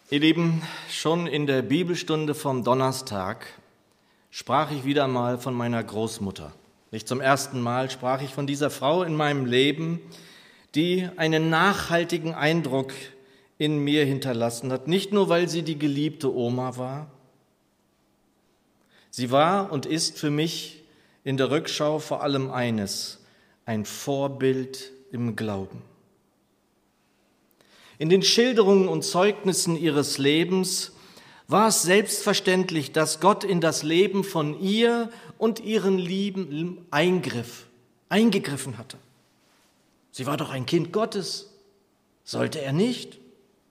Ihr Lieben, schon in der Bibelstunde vom Donnerstag sprach ich wieder mal von meiner Großmutter. Nicht zum ersten Mal sprach ich von dieser Frau in meinem Leben, die einen nachhaltigen Eindruck in mir hinterlassen hat. Nicht nur, weil sie die geliebte Oma war. Sie war und ist für mich in der Rückschau vor allem eines: ein Vorbild im Glauben. In den Schilderungen und Zeugnissen ihres Lebens war es selbstverständlich, dass Gott in das Leben von ihr und ihren Lieben eingegriffen hatte. Sie war doch ein Kind Gottes, sollte er nicht?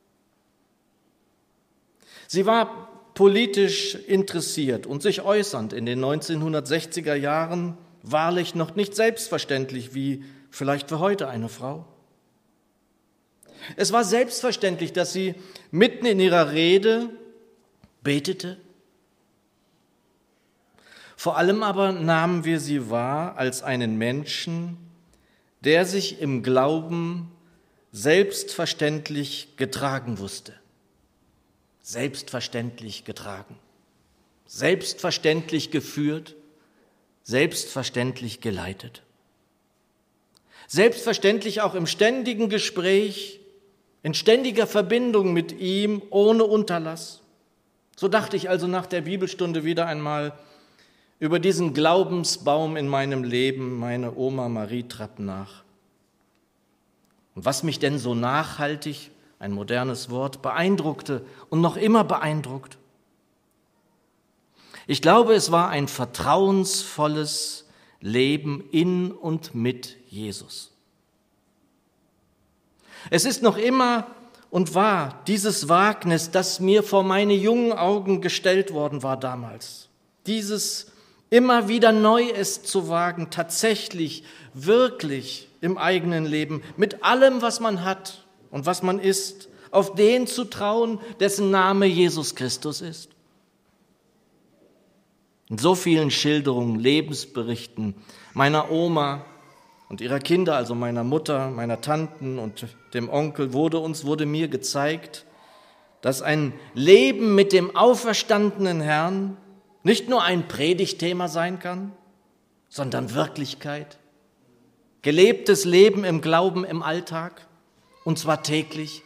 Sie war politisch interessiert und sich äußernd in den 1960er Jahren wahrlich noch nicht selbstverständlich wie vielleicht für heute eine Frau. Es war selbstverständlich, dass sie mitten in ihrer Rede betete. Vor allem aber nahmen wir sie wahr als einen Menschen, der sich im Glauben selbstverständlich getragen wusste. Selbstverständlich getragen, selbstverständlich geführt, selbstverständlich geleitet. Selbstverständlich auch im ständigen Gespräch, in ständiger Verbindung mit ihm, ohne Unterlass. So dachte ich also nach der Bibelstunde wieder einmal über diesen Glaubensbaum in meinem Leben, meine Oma Marie Trapp, nach. Und was mich denn so nachhaltig, ein modernes Wort, beeindruckte und noch immer beeindruckt. Ich glaube, es war ein vertrauensvolles Leben in und mit Jesus. Es ist noch immer und war dieses Wagnis, das mir vor meine jungen Augen gestellt worden war damals. Dieses immer wieder neu es zu wagen, tatsächlich, wirklich im eigenen Leben, mit allem, was man hat und was man ist, auf den zu trauen, dessen Name Jesus Christus ist. In so vielen Schilderungen, Lebensberichten meiner Oma und ihrer Kinder, also meiner Mutter, meiner Tanten und dem Onkel, wurde mir gezeigt, dass ein Leben mit dem auferstandenen Herrn nicht nur ein Predigtthema sein kann, sondern Wirklichkeit. Gelebtes Leben im Glauben im Alltag, und zwar täglich.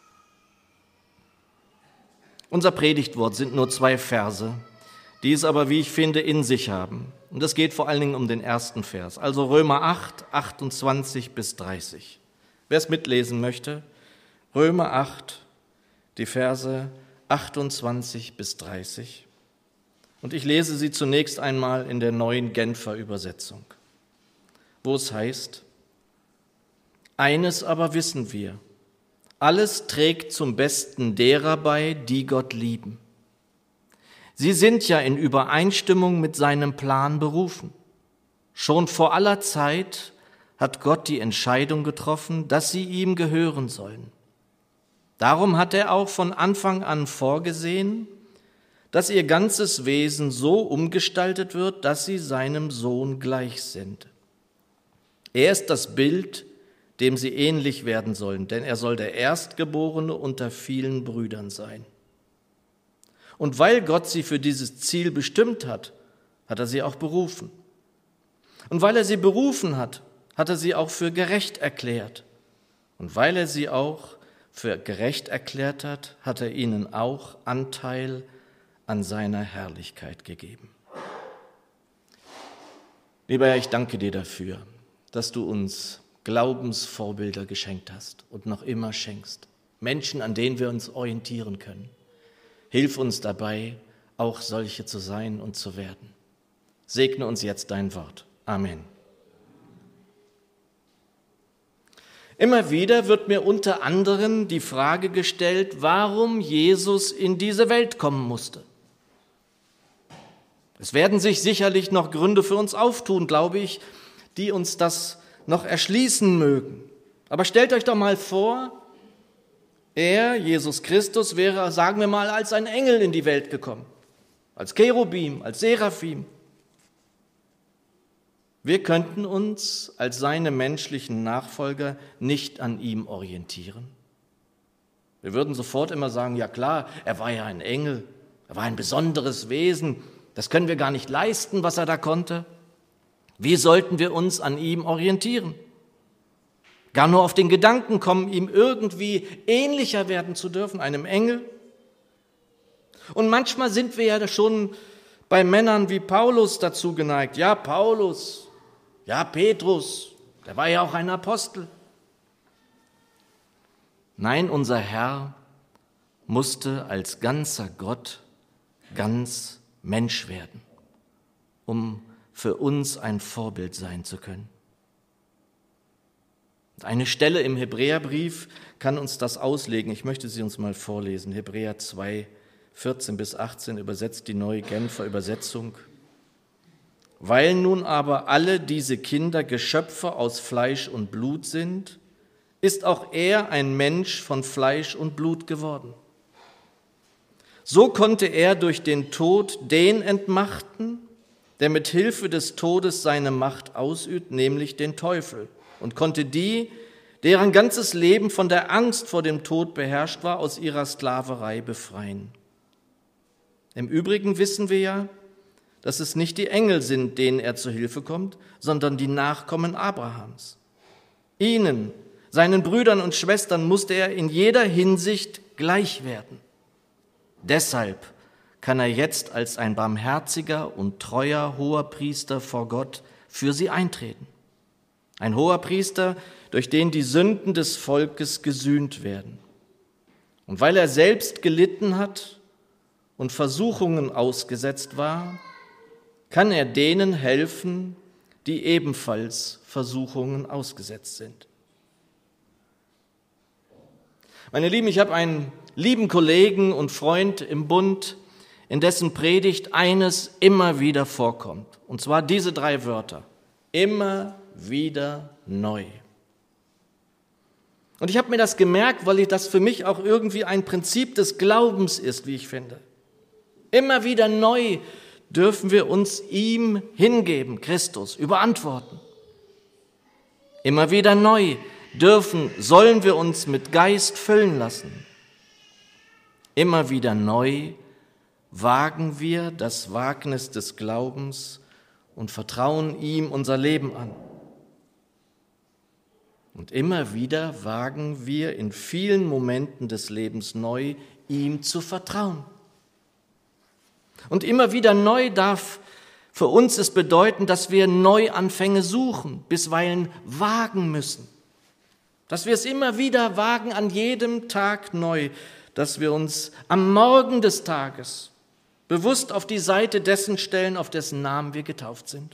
Unser Predigtwort sind nur 2 Verse, die es aber, wie ich finde, in sich haben. Und es geht vor allen Dingen um den ersten Vers, also Römer 8, 28 bis 30. Wer es mitlesen möchte, Römer 8, die Verse 28 bis 30. Und ich lese sie zunächst einmal in der neuen Genfer Übersetzung, wo es heißt: Eines aber wissen wir, alles trägt zum Besten derer bei, die Gott lieben. Sie sind ja in Übereinstimmung mit seinem Plan berufen. Schon vor aller Zeit hat Gott die Entscheidung getroffen, dass sie ihm gehören sollen. Darum hat er auch von Anfang an vorgesehen, dass ihr ganzes Wesen so umgestaltet wird, dass sie seinem Sohn gleich sind. Er ist das Bild, dem sie ähnlich werden sollen, denn er soll der Erstgeborene unter vielen Brüdern sein. Und weil Gott sie für dieses Ziel bestimmt hat, hat er sie auch berufen. Und weil er sie berufen hat, hat er sie auch für gerecht erklärt. Und weil er sie auch für gerecht erklärt hat, hat er ihnen auch Anteil an seiner Herrlichkeit gegeben. Lieber Herr, ich danke dir dafür, dass du uns Glaubensvorbilder geschenkt hast und noch immer schenkst. Menschen, an denen wir uns orientieren können. Hilf uns dabei, auch solche zu sein und zu werden. Segne uns jetzt dein Wort. Amen. Immer wieder wird mir unter anderem die Frage gestellt, warum Jesus in diese Welt kommen musste. Es werden sich sicherlich noch Gründe für uns auftun, glaube ich, die uns das noch erschließen mögen. Aber stellt euch doch mal vor, er, Jesus Christus, wäre, sagen wir mal, als ein Engel in die Welt gekommen, als Cherubim, als Seraphim. Wir könnten uns als seine menschlichen Nachfolger nicht an ihm orientieren. Wir würden sofort immer sagen, ja klar, er war ja ein Engel, er war ein besonderes Wesen, das können wir gar nicht leisten, was er da konnte. Wie sollten wir uns an ihm orientieren? Gar nur auf den Gedanken kommen, ihm irgendwie ähnlicher werden zu dürfen, einem Engel. Und manchmal sind wir ja schon bei Männern wie Paulus dazu geneigt. Ja, Paulus, ja, Petrus, der war ja auch ein Apostel. Nein, unser Herr musste als ganzer Gott ganz Mensch werden, um für uns ein Vorbild sein zu können. Eine Stelle im Hebräerbrief kann uns das auslegen. Ich möchte sie uns mal vorlesen. Hebräer 2, 14 bis 18 übersetzt die Neue Genfer Übersetzung. Weil nun aber alle diese Kinder Geschöpfe aus Fleisch und Blut sind, ist auch er ein Mensch von Fleisch und Blut geworden. So konnte er durch den Tod den entmachten, der mit Hilfe des Todes seine Macht ausübt, nämlich den Teufel, und konnte die, deren ganzes Leben von der Angst vor dem Tod beherrscht war, aus ihrer Sklaverei befreien. Im Übrigen wissen wir ja, dass es nicht die Engel sind, denen er zu Hilfe kommt, sondern die Nachkommen Abrahams. Ihnen, seinen Brüdern und Schwestern, musste er in jeder Hinsicht gleich werden. Deshalb kann er jetzt als ein barmherziger und treuer Hoherpriester vor Gott für sie eintreten. Ein Hoherpriester, durch den die Sünden des Volkes gesühnt werden. Und weil er selbst gelitten hat und Versuchungen ausgesetzt war, kann er denen helfen, die ebenfalls Versuchungen ausgesetzt sind. Meine Lieben, ich habe einen lieben Kollegen und Freund im Bund, in dessen Predigt eines immer wieder vorkommt. Und zwar diese 3 Wörter. Immer wieder neu. Und ich habe mir das gemerkt, weil das für mich auch irgendwie ein Prinzip des Glaubens ist, wie ich finde. Immer wieder neu dürfen wir uns ihm hingeben, Christus, überantworten. Immer wieder neu sollen wir uns mit Geist füllen lassen. Immer wieder neu wagen wir das Wagnis des Glaubens und vertrauen ihm unser Leben an. Und immer wieder wagen wir in vielen Momenten des Lebens neu, ihm zu vertrauen. Und immer wieder neu darf für uns es bedeuten, dass wir Neuanfänge suchen, bisweilen wagen müssen. Dass wir es immer wieder wagen, an jedem Tag neu, dass wir uns am Morgen des Tages bewusst auf die Seite dessen stellen, auf dessen Namen wir getauft sind.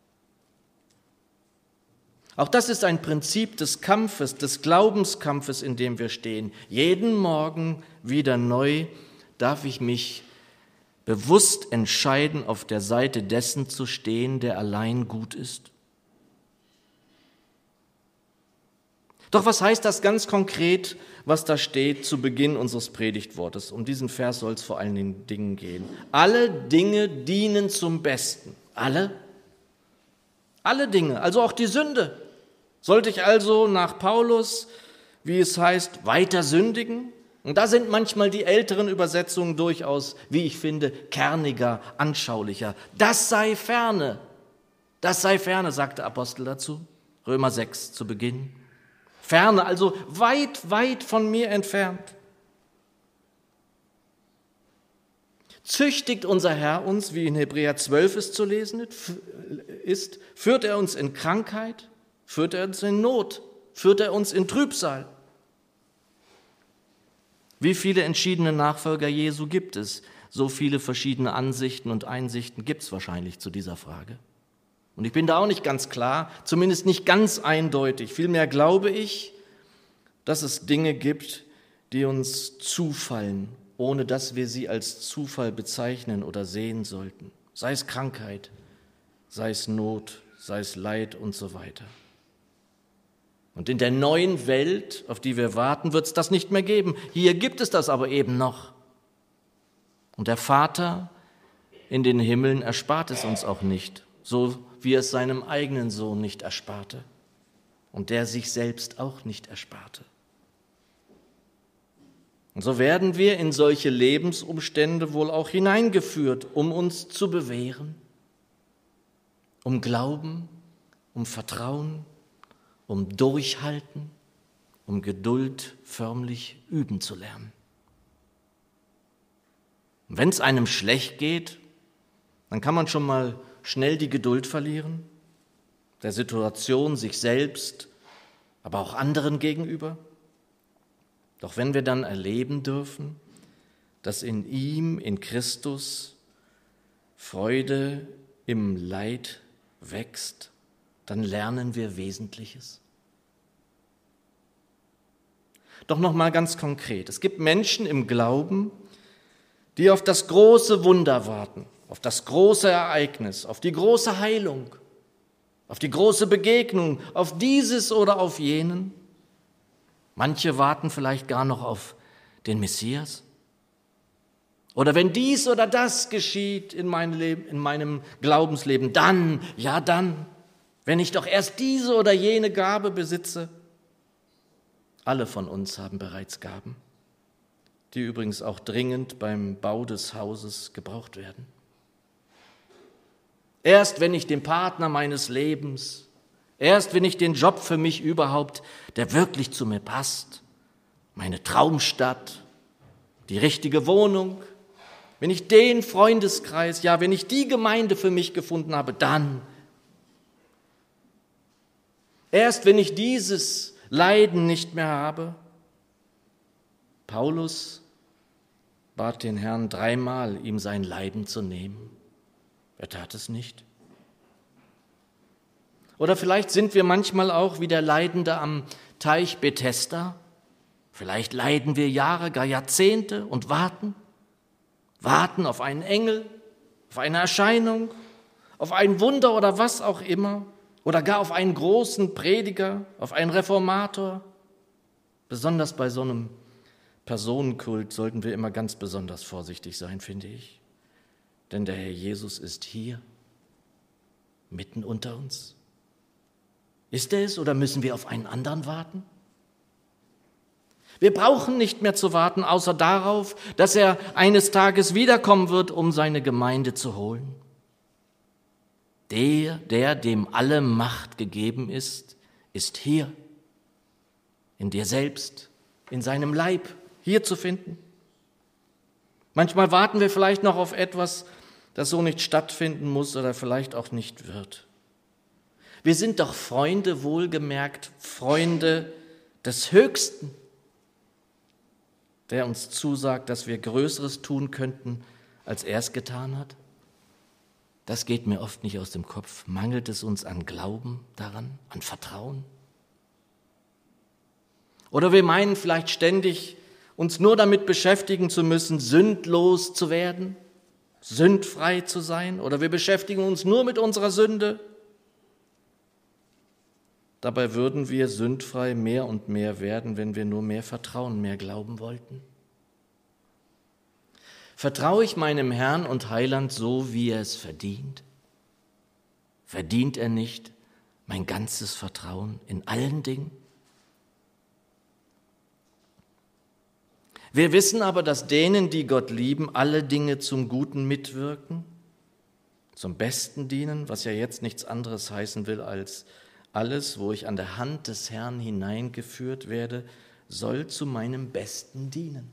Auch das ist ein Prinzip des Kampfes, des Glaubenskampfes, in dem wir stehen. Jeden Morgen wieder neu darf ich mich bewusst entscheiden, auf der Seite dessen zu stehen, der allein gut ist. Doch was heißt das ganz konkret, was da steht zu Beginn unseres Predigtwortes? Um diesen Vers soll es vor allen Dingen gehen. Alle Dinge dienen zum Besten. Alle? Alle Dinge, also auch die Sünde. Sollte ich also nach Paulus, wie es heißt, weiter sündigen? Und da sind manchmal die älteren Übersetzungen durchaus, wie ich finde, kerniger, anschaulicher. Das sei ferne, sagt der Apostel dazu. Römer 6 zu Beginn. Ferne, also weit, weit von mir entfernt. Züchtigt unser Herr uns, wie in Hebräer 12 es zu lesen ist, führt er uns in Krankheit, führt er uns in Not, führt er uns in Trübsal. Wie viele entschiedene Nachfolger Jesu gibt es? So viele verschiedene Ansichten und Einsichten gibt es wahrscheinlich zu dieser Frage. Und ich bin da auch nicht ganz klar, zumindest nicht ganz eindeutig. Vielmehr glaube ich, dass es Dinge gibt, die uns zufallen, ohne dass wir sie als Zufall bezeichnen oder sehen sollten. Sei es Krankheit, sei es Not, sei es Leid und so weiter. Und in der neuen Welt, auf die wir warten, wird es das nicht mehr geben. Hier gibt es das aber eben noch. Und der Vater in den Himmeln erspart es uns auch nicht, so wie er es seinem eigenen Sohn nicht ersparte und der sich selbst auch nicht ersparte. Und so werden wir in solche Lebensumstände wohl auch hineingeführt, um uns zu bewähren, um Glauben, um Vertrauen, um Durchhalten, um Geduld förmlich üben zu lernen. Und wenn es einem schlecht geht, dann kann man schon mal schnell die Geduld verlieren, der Situation, sich selbst, aber auch anderen gegenüber. Doch wenn wir dann erleben dürfen, dass in ihm, in Christus, Freude im Leid wächst, dann lernen wir Wesentliches. Doch noch mal ganz konkret. Es gibt Menschen im Glauben, die auf das große Wunder warten, auf das große Ereignis, auf die große Heilung, auf die große Begegnung, auf dieses oder auf jenen. Manche warten vielleicht gar noch auf den Messias. Oder wenn dies oder das geschieht in meinem Glaubensleben, dann, ja dann, wenn ich doch erst diese oder jene Gabe besitze. Alle von uns haben bereits Gaben, die übrigens auch dringend beim Bau des Hauses gebraucht werden. Erst wenn ich den Partner meines Lebens, erst wenn ich den Job für mich überhaupt, der wirklich zu mir passt, meine Traumstadt, die richtige Wohnung, wenn ich den Freundeskreis, ja, wenn ich die Gemeinde für mich gefunden habe, dann. Erst wenn ich dieses Leiden nicht mehr habe. Paulus bat den Herrn 3-mal, ihm sein Leiden zu nehmen. Er tat es nicht. Oder vielleicht sind wir manchmal auch wie der Leidende am Teich Bethesda. Vielleicht leiden wir Jahre, gar Jahrzehnte und warten auf einen Engel, auf eine Erscheinung, auf ein Wunder oder was auch immer. Oder gar auf einen großen Prediger, auf einen Reformator. Besonders bei so einem Personenkult sollten wir immer ganz besonders vorsichtig sein, finde ich. Denn der Herr Jesus ist hier, mitten unter uns. Ist er es oder müssen wir auf einen anderen warten? Wir brauchen nicht mehr zu warten, außer darauf, dass er eines Tages wiederkommen wird, um seine Gemeinde zu holen. Der, dem alle Macht gegeben ist hier, in dir selbst, in seinem Leib, hier zu finden. Manchmal warten wir vielleicht noch auf etwas, das so nicht stattfinden muss oder vielleicht auch nicht wird. Wir sind doch Freunde, wohlgemerkt Freunde des Höchsten, der uns zusagt, dass wir Größeres tun könnten, als er es getan hat. Das geht mir oft nicht aus dem Kopf. Mangelt es uns an Glauben daran, an Vertrauen? Oder wir meinen vielleicht ständig, uns nur damit beschäftigen zu müssen, sündlos zu werden, sündfrei zu sein. Oder wir beschäftigen uns nur mit unserer Sünde. Dabei würden wir sündfrei mehr und mehr werden, wenn wir nur mehr Vertrauen, mehr Glauben wollten. Vertraue ich meinem Herrn und Heiland so, wie er es verdient? Verdient er nicht mein ganzes Vertrauen in allen Dingen? Wir wissen aber, dass denen, die Gott lieben, alle Dinge zum Guten mitwirken, zum Besten dienen, was ja jetzt nichts anderes heißen will als alles, wo ich an der Hand des Herrn hineingeführt werde, soll zu meinem Besten dienen.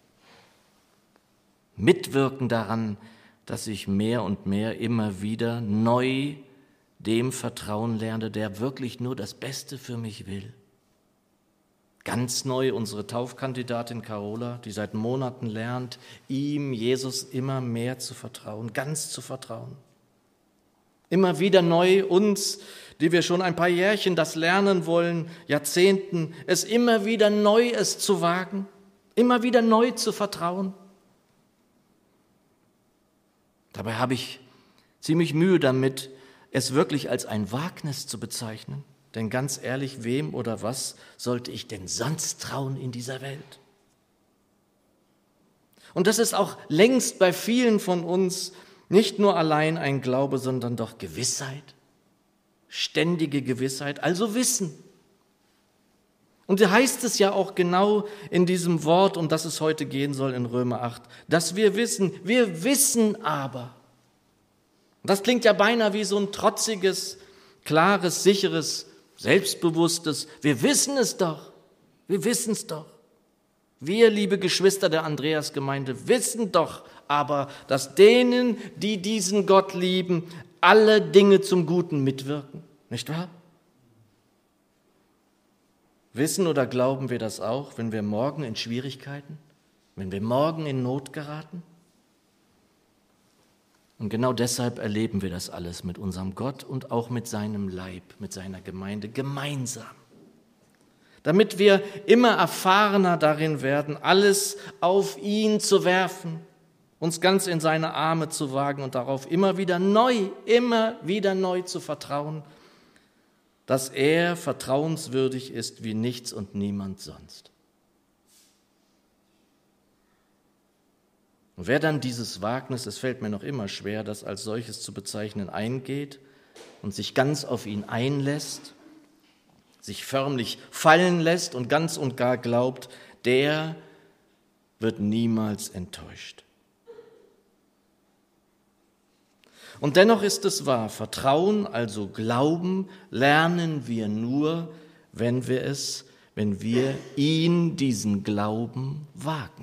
Mitwirken daran, dass ich mehr und mehr immer wieder neu dem vertrauen lerne, der wirklich nur das Beste für mich will. Ganz neu unsere Taufkandidatin Carola, die seit Monaten lernt, ihm, Jesus, immer mehr zu vertrauen, ganz zu vertrauen. Immer wieder neu uns, die wir schon ein paar Jährchen das lernen wollen, Jahrzehnten, es immer wieder neu es zu wagen, immer wieder neu zu vertrauen. Dabei habe ich ziemlich Mühe damit, es wirklich als ein Wagnis zu bezeichnen. Denn ganz ehrlich, wem oder was sollte ich denn sonst trauen in dieser Welt? Und das ist auch längst bei vielen von uns nicht nur allein ein Glaube, sondern doch Gewissheit, ständige Gewissheit, also Wissen. Und da heißt es ja auch genau in diesem Wort, um das es heute gehen soll in Römer 8, dass wir wissen aber. Das klingt ja beinahe wie so ein trotziges, klares, sicheres, selbstbewusstes, wir wissen es doch, wir wissen es doch. Wir, liebe Geschwister der Andreasgemeinde, wissen doch aber, dass denen, die diesen Gott lieben, alle Dinge zum Guten mitwirken, nicht wahr? Wissen oder glauben wir das auch, wenn wir morgen in Schwierigkeiten, wenn wir morgen in Not geraten? Und genau deshalb erleben wir das alles mit unserem Gott und auch mit seinem Leib, mit seiner Gemeinde gemeinsam. Damit wir immer erfahrener darin werden, alles auf ihn zu werfen, uns ganz in seine Arme zu wagen und darauf immer wieder neu zu vertrauen, dass er vertrauenswürdig ist wie nichts und niemand sonst. Und wer dann dieses Wagnis, es fällt mir noch immer schwer, das als solches zu bezeichnen, eingeht und sich ganz auf ihn einlässt, sich förmlich fallen lässt und ganz und gar glaubt, der wird niemals enttäuscht. Und dennoch ist es wahr, Vertrauen, also Glauben, lernen wir nur, wenn wir ihn, diesen Glauben, wagen.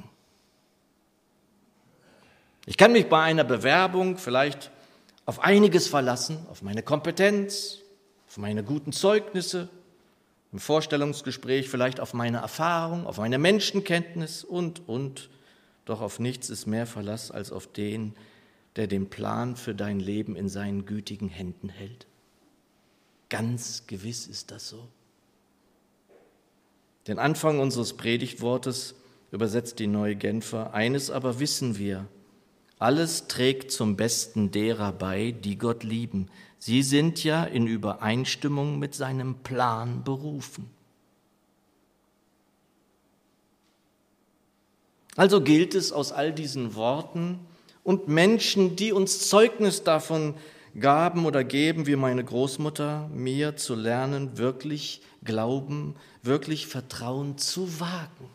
Ich kann mich bei einer Bewerbung vielleicht auf einiges verlassen, auf meine Kompetenz, auf meine guten Zeugnisse, im Vorstellungsgespräch vielleicht auf meine Erfahrung, auf meine Menschenkenntnis und. Doch auf nichts ist mehr Verlass als auf den, der den Plan für dein Leben in seinen gütigen Händen hält. Ganz gewiss ist das so. Den Anfang unseres Predigtwortes übersetzt die Neue Genfer: Eines aber wissen wir, alles trägt zum Besten derer bei, die Gott lieben. Sie sind ja in Übereinstimmung mit seinem Plan berufen. Also gilt es aus all diesen Worten und Menschen, die uns Zeugnis davon gaben oder geben, wie meine Großmutter, mir zu lernen, wirklich Glauben, wirklich Vertrauen zu wagen.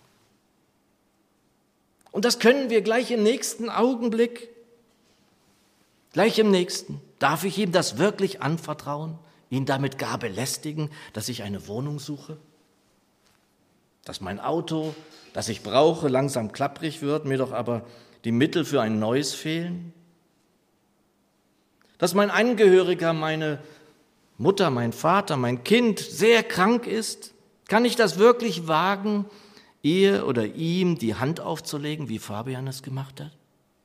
Und das können wir gleich im nächsten Augenblick, gleich im nächsten. Darf ich ihm das wirklich anvertrauen, ihn damit gar belästigen, dass ich eine Wohnung suche? Dass mein Auto, das ich brauche, langsam klapprig wird, mir doch aber die Mittel für ein neues fehlen? Dass mein Angehöriger, meine Mutter, mein Vater, mein Kind sehr krank ist? Kann ich das wirklich wagen, ihr oder ihm die Hand aufzulegen, wie Fabian es gemacht hat?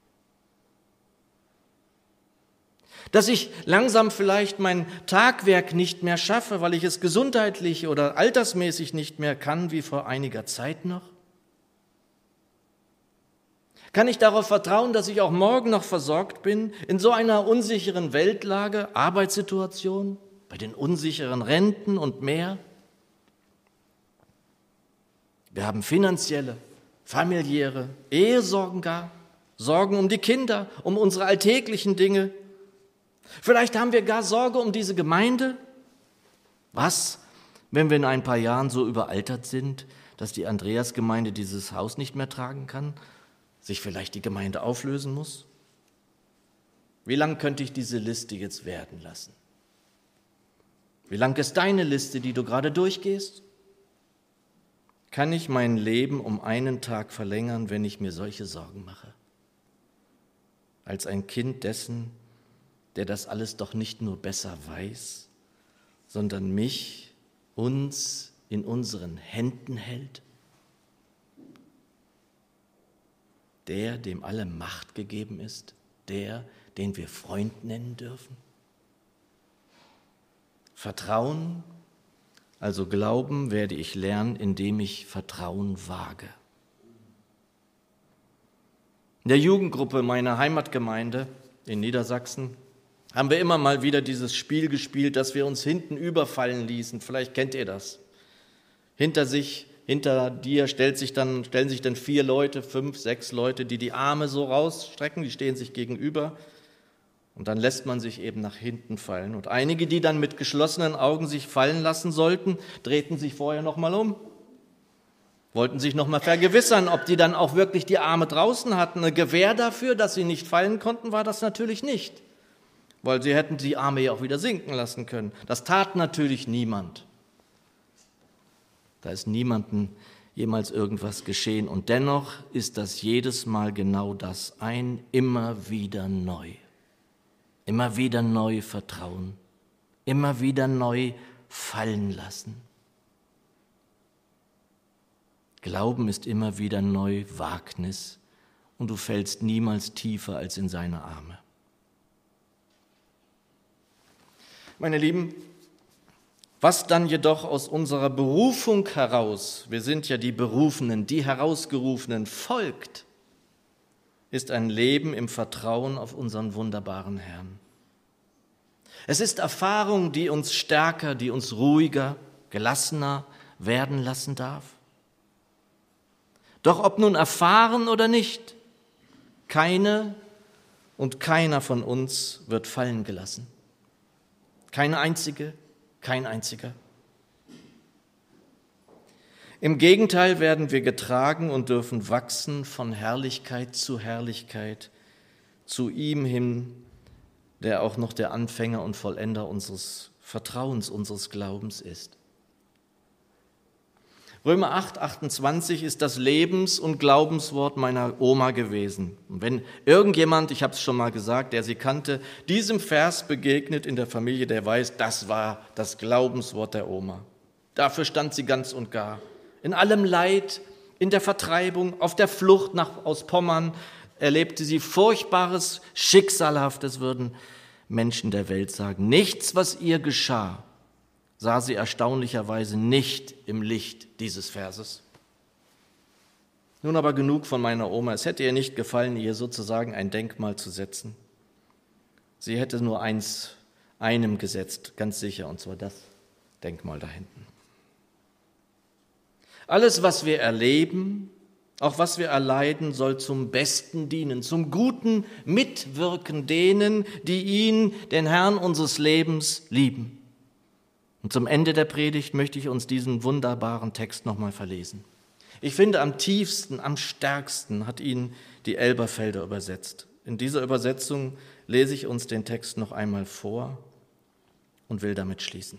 Dass ich langsam vielleicht mein Tagwerk nicht mehr schaffe, weil ich es gesundheitlich oder altersmäßig nicht mehr kann, wie vor einiger Zeit noch? Kann ich darauf vertrauen, dass ich auch morgen noch versorgt bin, in so einer unsicheren Weltlage, Arbeitssituation, bei den unsicheren Renten und mehr? Wir haben finanzielle, familiäre, Ehesorgen gar, Sorgen um die Kinder, um unsere alltäglichen Dinge. Vielleicht haben wir gar Sorge um diese Gemeinde. Was, wenn wir in ein paar Jahren so überaltert sind, dass die Andreasgemeinde dieses Haus nicht mehr tragen kann, sich vielleicht die Gemeinde auflösen muss? Wie lang könnte ich diese Liste jetzt werden lassen? Wie lang ist deine Liste, die du gerade durchgehst? Kann ich mein Leben um einen Tag verlängern, wenn ich mir solche Sorgen mache? Als ein Kind dessen, der das alles doch nicht nur besser weiß, sondern uns in unseren Händen hält? Der, dem alle Macht gegeben ist, der, den wir Freund nennen dürfen? Vertrauen, also Glauben, werde ich lernen, indem ich Vertrauen wage. In der Jugendgruppe meiner Heimatgemeinde in Niedersachsen haben wir immer mal wieder dieses Spiel gespielt, dass wir uns hinten überfallen ließen. Vielleicht kennt ihr das. Hinter dir stellen sich dann 4 Leute, 5, 6 Leute, die die Arme so rausstrecken, die stehen sich gegenüber. Und dann lässt man sich eben nach hinten fallen. Und einige, die dann mit geschlossenen Augen sich fallen lassen sollten, drehten sich vorher nochmal um wollten sich noch mal vergewissern, ob die dann auch wirklich die Arme draußen hatten. Eine Gewähr dafür, dass sie nicht fallen konnten, war das natürlich nicht, weil sie hätten die Arme ja auch wieder sinken lassen können. Das tat natürlich niemand. Da ist niemandem jemals irgendwas geschehen. Und dennoch ist das jedes Mal genau das, ein immer wieder neu vertrauen, immer wieder neu fallen lassen. Glauben ist immer wieder neu Wagnis und du fällst niemals tiefer als in seine Arme. Meine Lieben, was dann jedoch aus unserer Berufung heraus, wir sind ja die Berufenen, die Herausgerufenen, folgt, ist ein Leben im Vertrauen auf unseren wunderbaren Herrn. Es ist Erfahrung, die uns stärker, die uns ruhiger, gelassener werden lassen darf. Doch ob nun erfahren oder nicht, keine und keiner von uns wird fallen gelassen. Keine einzige, kein einziger. Im Gegenteil werden wir getragen und dürfen wachsen von Herrlichkeit, zu ihm hin, der auch noch der Anfänger und Vollender unseres Vertrauens, unseres Glaubens ist. Römer 8, 28 ist das Lebens- und Glaubenswort meiner Oma gewesen. Und wenn irgendjemand, ich habe es schon mal gesagt, der sie kannte, diesem Vers begegnet in der Familie, der weiß, das war das Glaubenswort der Oma. Dafür stand sie ganz und gar. In allem Leid, in der Vertreibung, auf der Flucht aus Pommern erlebte sie Furchtbares, Schicksalhaftes, würden Menschen der Welt sagen. Nichts, was ihr geschah, sah sie erstaunlicherweise nicht im Licht dieses Verses. Nun aber genug von meiner Oma. Es hätte ihr nicht gefallen, ihr sozusagen ein Denkmal zu setzen. Sie hätte nur einem gesetzt, ganz sicher, und zwar das Denkmal da hinten. Alles, was wir erleben, auch was wir erleiden, soll zum Besten dienen, zum guten Mitwirken denen, die ihn, den Herrn unseres Lebens, lieben. Und zum Ende der Predigt möchte ich uns diesen wunderbaren Text nochmal verlesen. Ich finde, am tiefsten, am stärksten hat ihn die Elberfelder übersetzt. In dieser Übersetzung lese ich uns den Text noch einmal vor und will damit schließen.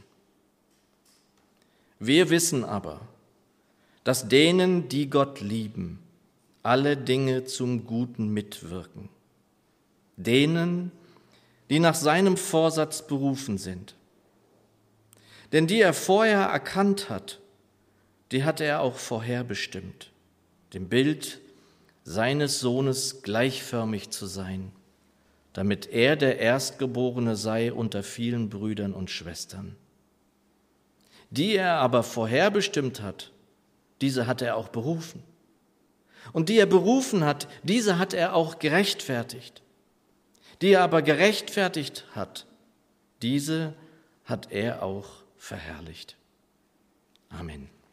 Wir wissen aber, dass denen, die Gott lieben, alle Dinge zum Guten mitwirken. Denen, die nach seinem Vorsatz berufen sind. Denn die er vorher erkannt hat, die hat er auch vorherbestimmt, dem Bild seines Sohnes gleichförmig zu sein, damit er der Erstgeborene sei unter vielen Brüdern und Schwestern. Die er aber vorherbestimmt hat, diese hat er auch berufen. Und die er berufen hat, diese hat er auch gerechtfertigt. Die er aber gerechtfertigt hat, diese hat er auch verherrlicht. Amen.